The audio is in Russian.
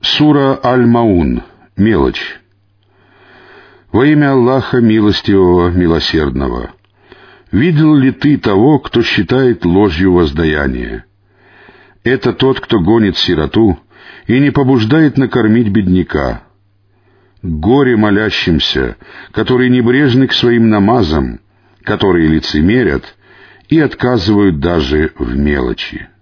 Сура Аль-Маун. Мелочь. Во имя Аллаха Милостивого, Милосердного. Видел ли ты того, кто считает ложью воздаяние? Это тот, кто гонит сироту и не побуждает накормить бедняка. Горе молящимся, которые небрежны к своим намазам, которые лицемерят и отказывают даже в мелочи.